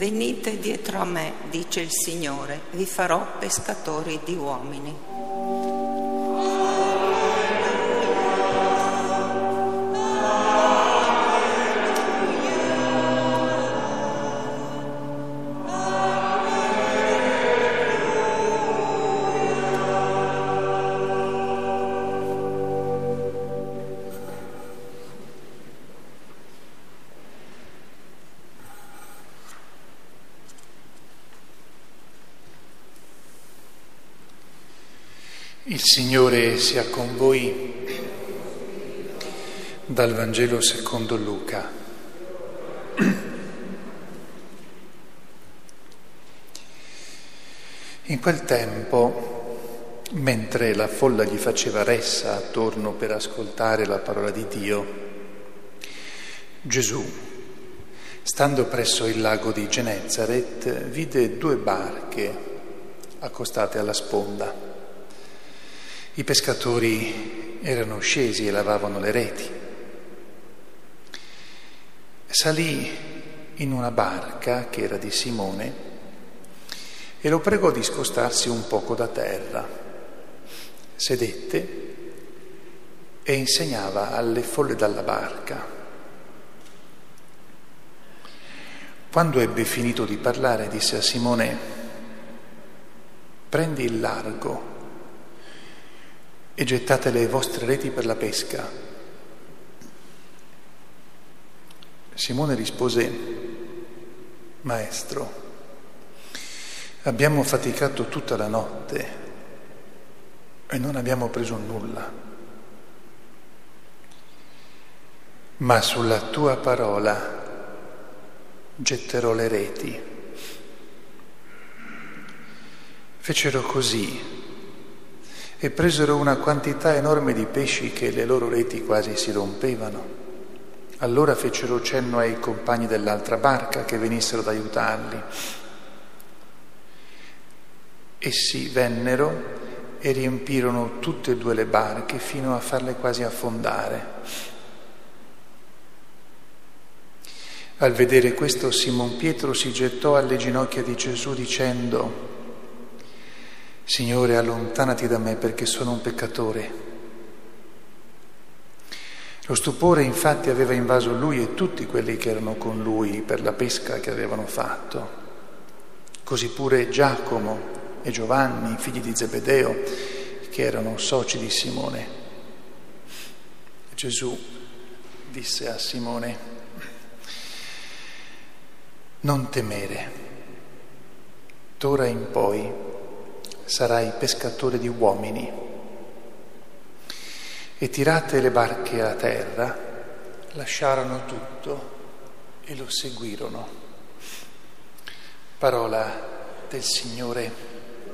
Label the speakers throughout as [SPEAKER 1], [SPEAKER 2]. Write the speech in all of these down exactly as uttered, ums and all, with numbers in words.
[SPEAKER 1] venite dietro a me, dice il Signore, vi farò pescatori di uomini.
[SPEAKER 2] Il Signore sia con voi. Dal Vangelo secondo Luca. In quel tempo, mentre la folla gli faceva ressa attorno per ascoltare la parola di Dio, Gesù, stando presso il lago di Genezaret, vide due barche accostate alla sponda. I pescatori erano scesi e lavavano le reti. Salì in una barca che era di Simone e lo pregò di scostarsi un poco da terra. Sedette e insegnava alle folle dalla barca. Quando ebbe finito di parlare, disse a Simone: prendi il largo e gettate le vostre reti per la pesca. Simone rispose: Maestro, abbiamo faticato tutta la notte e non abbiamo preso nulla, ma sulla tua parola getterò le reti. Fecero così e presero una quantità enorme di pesci che le loro reti quasi si rompevano. Allora fecero cenno ai compagni dell'altra barca che venissero ad aiutarli. Essi vennero e riempirono tutte e due le barche fino a farle quasi affondare. Al vedere questo, Simon Pietro si gettò alle ginocchia di Gesù dicendo: Signore, allontanati da me perché sono un peccatore. Lo stupore infatti aveva invaso lui e tutti quelli che erano con lui per la pesca che avevano fatto. Così pure Giacomo e Giovanni, figli di Zebedeo, che erano soci di Simone. Gesù disse a Simone: non temere, d'ora in poi sarai pescatore di uomini. E tirate le barche a terra, lasciarono tutto e lo seguirono. Parola del Signore.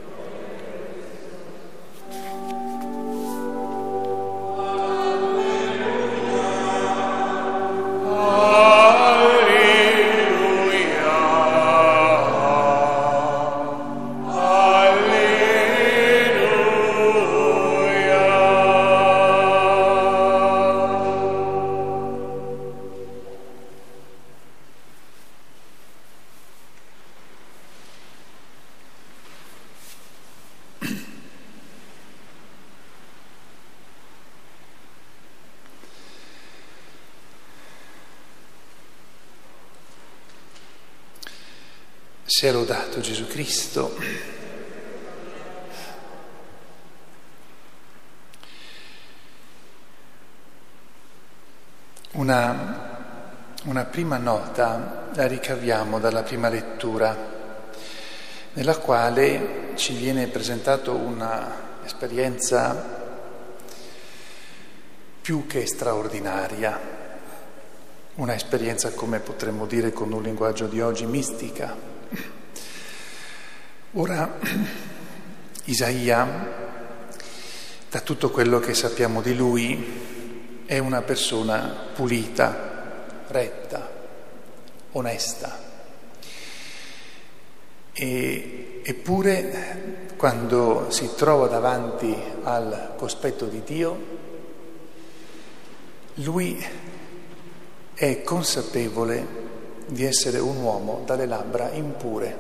[SPEAKER 2] Sia lodato Gesù Cristo. Una, una prima nota la ricaviamo dalla prima lettura, nella quale ci viene presentato una esperienza più che straordinaria, una esperienza, come potremmo dire con un linguaggio di oggi, mistica. Ora, Isaia, da tutto quello che sappiamo di lui, è una persona pulita, retta, onesta. E, eppure, quando si trova davanti al cospetto di Dio, lui è consapevole di essere un uomo dalle labbra impure.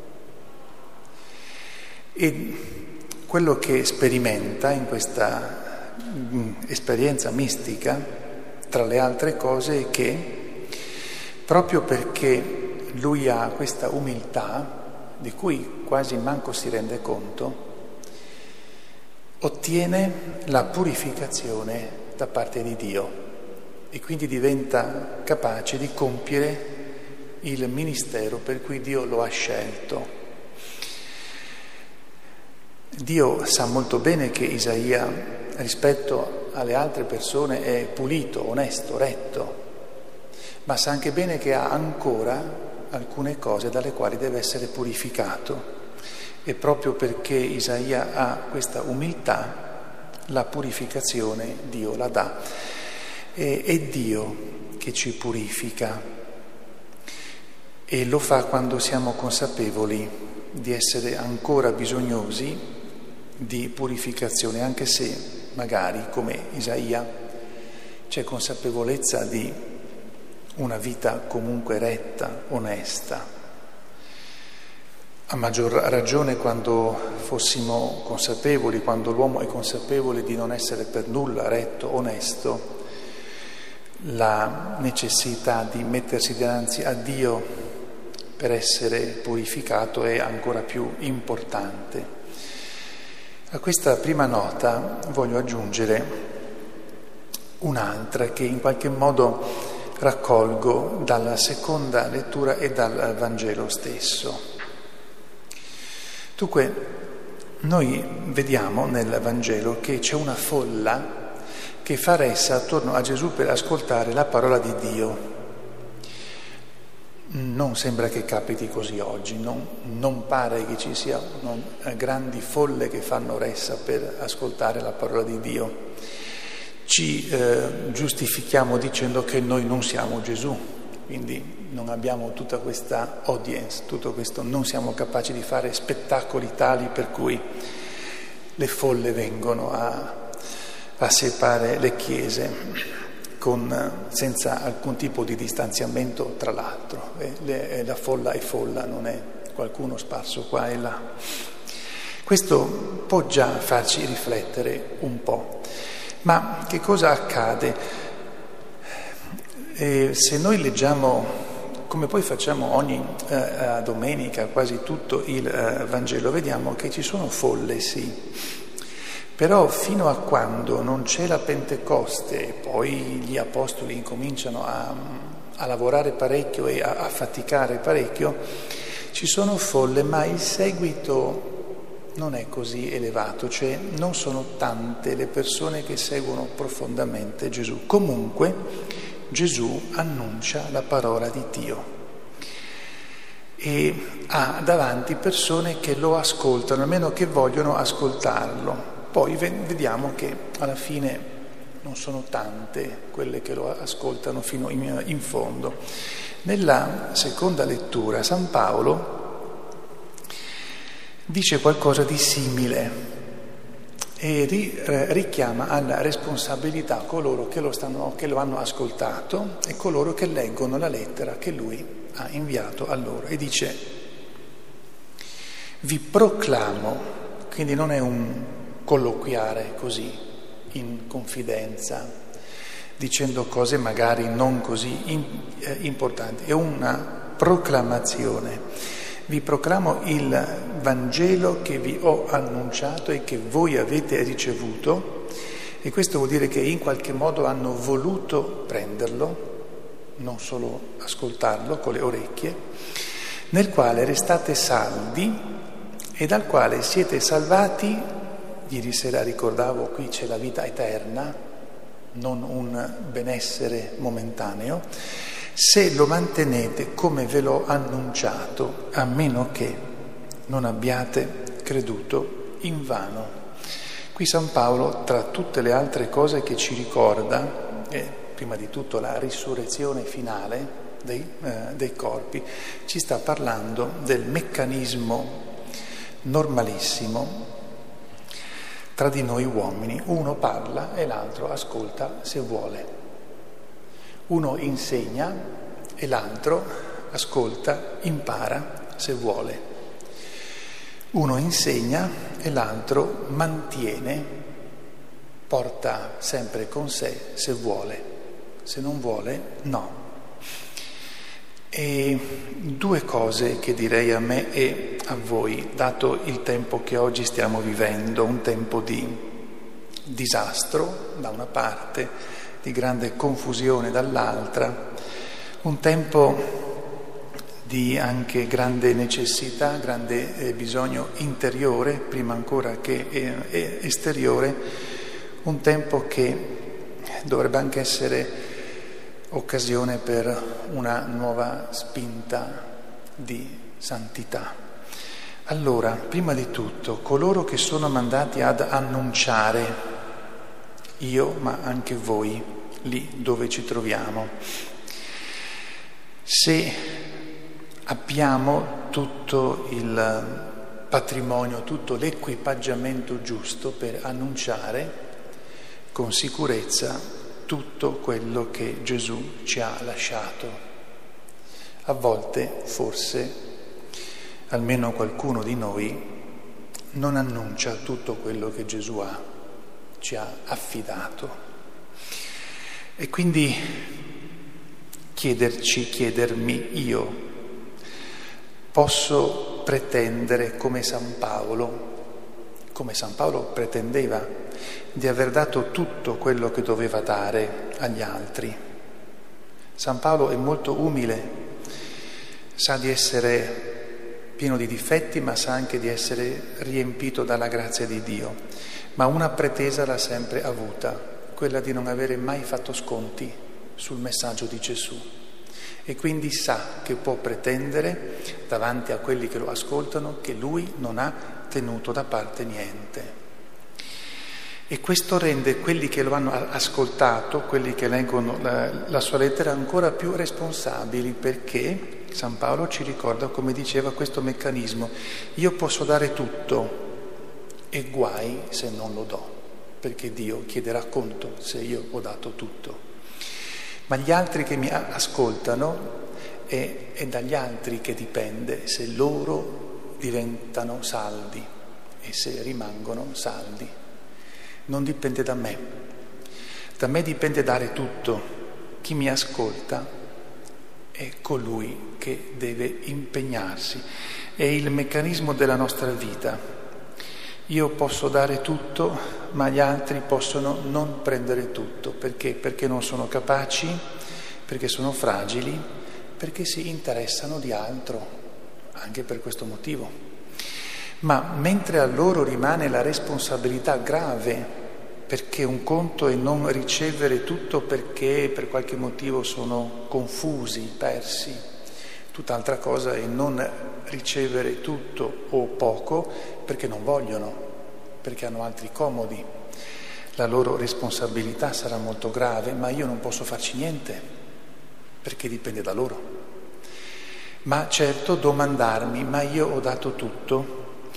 [SPEAKER 2] E quello che sperimenta in questa esperienza mistica, tra le altre cose, è che proprio perché lui ha questa umiltà, di cui quasi manco si rende conto, ottiene la purificazione da parte di Dio e quindi diventa capace di compiere il ministero per cui Dio lo ha scelto. Dio sa molto bene che Isaia, rispetto alle altre persone, è pulito, onesto, retto, ma sa anche bene che ha ancora alcune cose dalle quali deve essere purificato. E proprio perché Isaia ha questa umiltà, la purificazione Dio la dà. E, è Dio che ci purifica e lo fa quando siamo consapevoli di essere ancora bisognosi di purificazione, anche se magari, come Isaia, c'è consapevolezza di una vita comunque retta, onesta. A maggior ragione quando fossimo consapevoli, quando l'uomo è consapevole di non essere per nulla retto, onesto, la necessità di mettersi dinanzi a Dio per essere purificato è ancora più importante. A questa prima nota voglio aggiungere un'altra che in qualche modo raccolgo dalla seconda lettura e dal Vangelo stesso. Dunque, noi vediamo nel Vangelo che c'è una folla che fa ressa attorno a Gesù per ascoltare la parola di Dio. Non sembra che capiti così oggi, non, non pare che ci siano grandi folle che fanno ressa per ascoltare la parola di Dio. Ci eh, giustifichiamo dicendo che noi non siamo Gesù, quindi non abbiamo tutta questa audience, tutto questo, non siamo capaci di fare spettacoli tali per cui le folle vengono a, a separare le chiese. Con, senza alcun tipo di distanziamento tra l'altro. E le, la folla è folla, non è qualcuno sparso qua e là. Questo può già farci riflettere un po'. Ma che cosa accade? Eh, se noi leggiamo, come poi facciamo ogni eh, domenica, quasi tutto il eh, Vangelo, vediamo che ci sono folle, sì. Però fino a quando non c'è la Pentecoste e poi gli apostoli incominciano a, a lavorare parecchio e a, a faticare parecchio, ci sono folle, ma il seguito non è così elevato, cioè non sono tante le persone che seguono profondamente Gesù. Comunque Gesù annuncia la parola di Dio e ha davanti persone che lo ascoltano, almeno che vogliono ascoltarlo. Poi vediamo che alla fine non sono tante quelle che lo ascoltano fino in, in fondo. Nella seconda lettura San Paolo dice qualcosa di simile e ri, richiama alla responsabilità coloro che lo, stanno, che lo hanno ascoltato e coloro che leggono la lettera che lui ha inviato a loro. E dice: vi proclamo, quindi non è un colloquiare così in confidenza, dicendo cose magari non così in, eh, importanti, è una proclamazione. Vi proclamo il Vangelo che vi ho annunciato e che voi avete ricevuto, e questo vuol dire che in qualche modo hanno voluto prenderlo, non solo ascoltarlo con le orecchie, nel quale restate saldi e dal quale siete salvati. Ieri sera ricordavo, qui c'è la vita eterna, non un benessere momentaneo, se lo mantenete come ve l'ho annunciato, a meno che non abbiate creduto invano. Qui San Paolo, tra tutte le altre cose che ci ricorda, eh, prima di tutto la risurrezione finale dei, eh, dei corpi, ci sta parlando del meccanismo normalissimo tra di noi uomini. Uno parla e l'altro ascolta se vuole. Uno insegna e l'altro ascolta, impara se vuole. Uno insegna e l'altro mantiene, porta sempre con sé se vuole, se non vuole no. E due cose che direi a me e a voi, dato il tempo che oggi stiamo vivendo, un tempo di disastro da una parte, di grande confusione dall'altra, un tempo di anche grande necessità, grande eh, bisogno interiore, prima ancora che eh, esteriore, un tempo che dovrebbe anche essere occasione per una nuova spinta di santità. Allora, prima di tutto, coloro che sono mandati ad annunciare, io ma anche voi, lì dove ci troviamo, se abbiamo tutto il patrimonio, tutto l'equipaggiamento giusto per annunciare con sicurezza tutto quello che Gesù ci ha lasciato. A volte, forse, almeno qualcuno di noi non annuncia tutto quello che Gesù ha, ci ha affidato. E quindi chiederci, chiedermi io, posso pretendere come San Paolo, come San Paolo pretendeva, di aver dato tutto quello che doveva dare agli altri. San Paolo è molto umile, sa di essere pieno di difetti, ma sa anche di essere riempito dalla grazia di Dio. Ma una pretesa l'ha sempre avuta, quella di non avere mai fatto sconti sul messaggio di Gesù. E quindi sa che può pretendere davanti a quelli che lo ascoltano che lui non ha tenuto da parte niente. E questo rende quelli che lo hanno ascoltato, quelli che leggono la, la sua lettera, ancora più responsabili, perché San Paolo ci ricorda, come diceva, questo meccanismo. Io posso dare tutto e guai se non lo do, perché Dio chiederà conto se io ho dato tutto. Ma gli altri che mi ascoltano, è, è dagli altri che dipende se loro diventano saldi e se rimangono saldi. Non dipende da me, da me dipende dare tutto. Chi mi ascolta è colui che deve impegnarsi, è il meccanismo della nostra vita. Io posso dare tutto, ma gli altri possono non prendere tutto. Perché? Perché non sono capaci, perché sono fragili, perché si interessano di altro, anche per questo motivo. Ma mentre a loro rimane la responsabilità grave, perché un conto è non ricevere tutto perché per qualche motivo sono confusi, persi, tutt'altra cosa è non ricevere tutto o poco perché non vogliono, perché hanno altri comodi. La loro responsabilità sarà molto grave, ma io non posso farci niente, perché dipende da loro. Ma certo domandarmi, ma io ho dato tutto?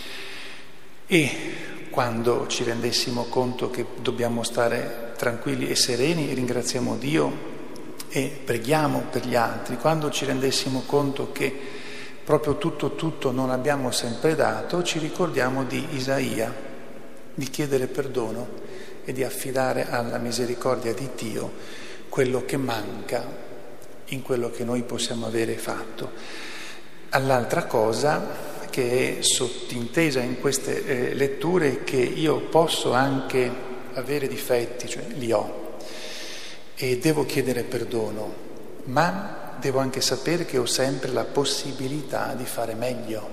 [SPEAKER 2] E quando ci rendessimo conto che dobbiamo stare tranquilli e sereni, ringraziamo Dio e preghiamo per gli altri. Quando ci rendessimo conto che proprio tutto tutto non abbiamo sempre dato, ci ricordiamo di Isaia, di chiedere perdono e di affidare alla misericordia di Dio quello che manca in quello che noi possiamo avere fatto. All'altra cosa che è sottintesa in queste eh, letture, che io posso anche avere difetti, cioè li ho, e devo chiedere perdono, ma devo anche sapere che ho sempre la possibilità di fare meglio.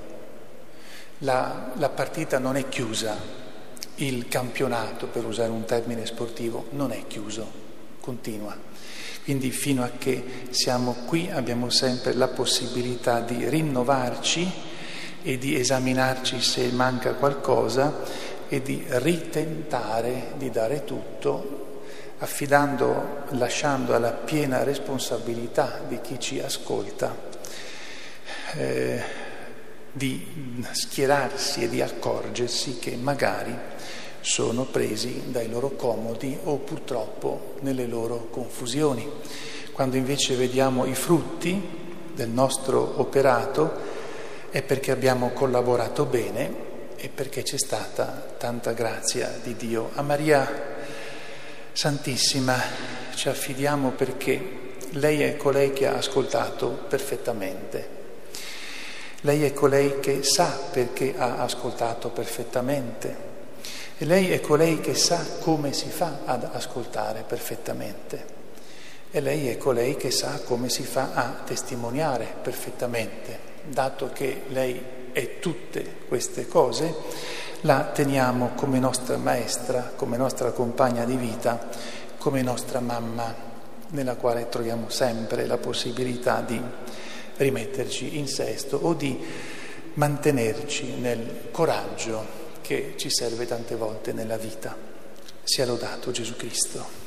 [SPEAKER 2] La, la partita non è chiusa, il campionato, per usare un termine sportivo, non è chiuso, continua. Quindi fino a che siamo qui abbiamo sempre la possibilità di rinnovarci e di esaminarci se manca qualcosa e di ritentare di dare tutto, affidando, lasciando alla piena responsabilità di chi ci ascolta eh, di schierarsi e di accorgersi che magari sono presi dai loro comodi o purtroppo nelle loro confusioni. Quando invece vediamo i frutti del nostro operato è perché abbiamo collaborato bene e perché c'è stata tanta grazia di Dio. A Maria Santissima ci affidiamo perché lei è colei che ha ascoltato perfettamente. Lei è colei che sa perché ha ascoltato perfettamente. E lei è colei che sa come si fa ad ascoltare perfettamente. E lei è colei che sa come si fa a testimoniare perfettamente. Dato che lei è tutte queste cose, la teniamo come nostra maestra, come nostra compagna di vita, come nostra mamma, nella quale troviamo sempre la possibilità di rimetterci in sesto o di mantenerci nel coraggio che ci serve tante volte nella vita. Sia lodato Gesù Cristo.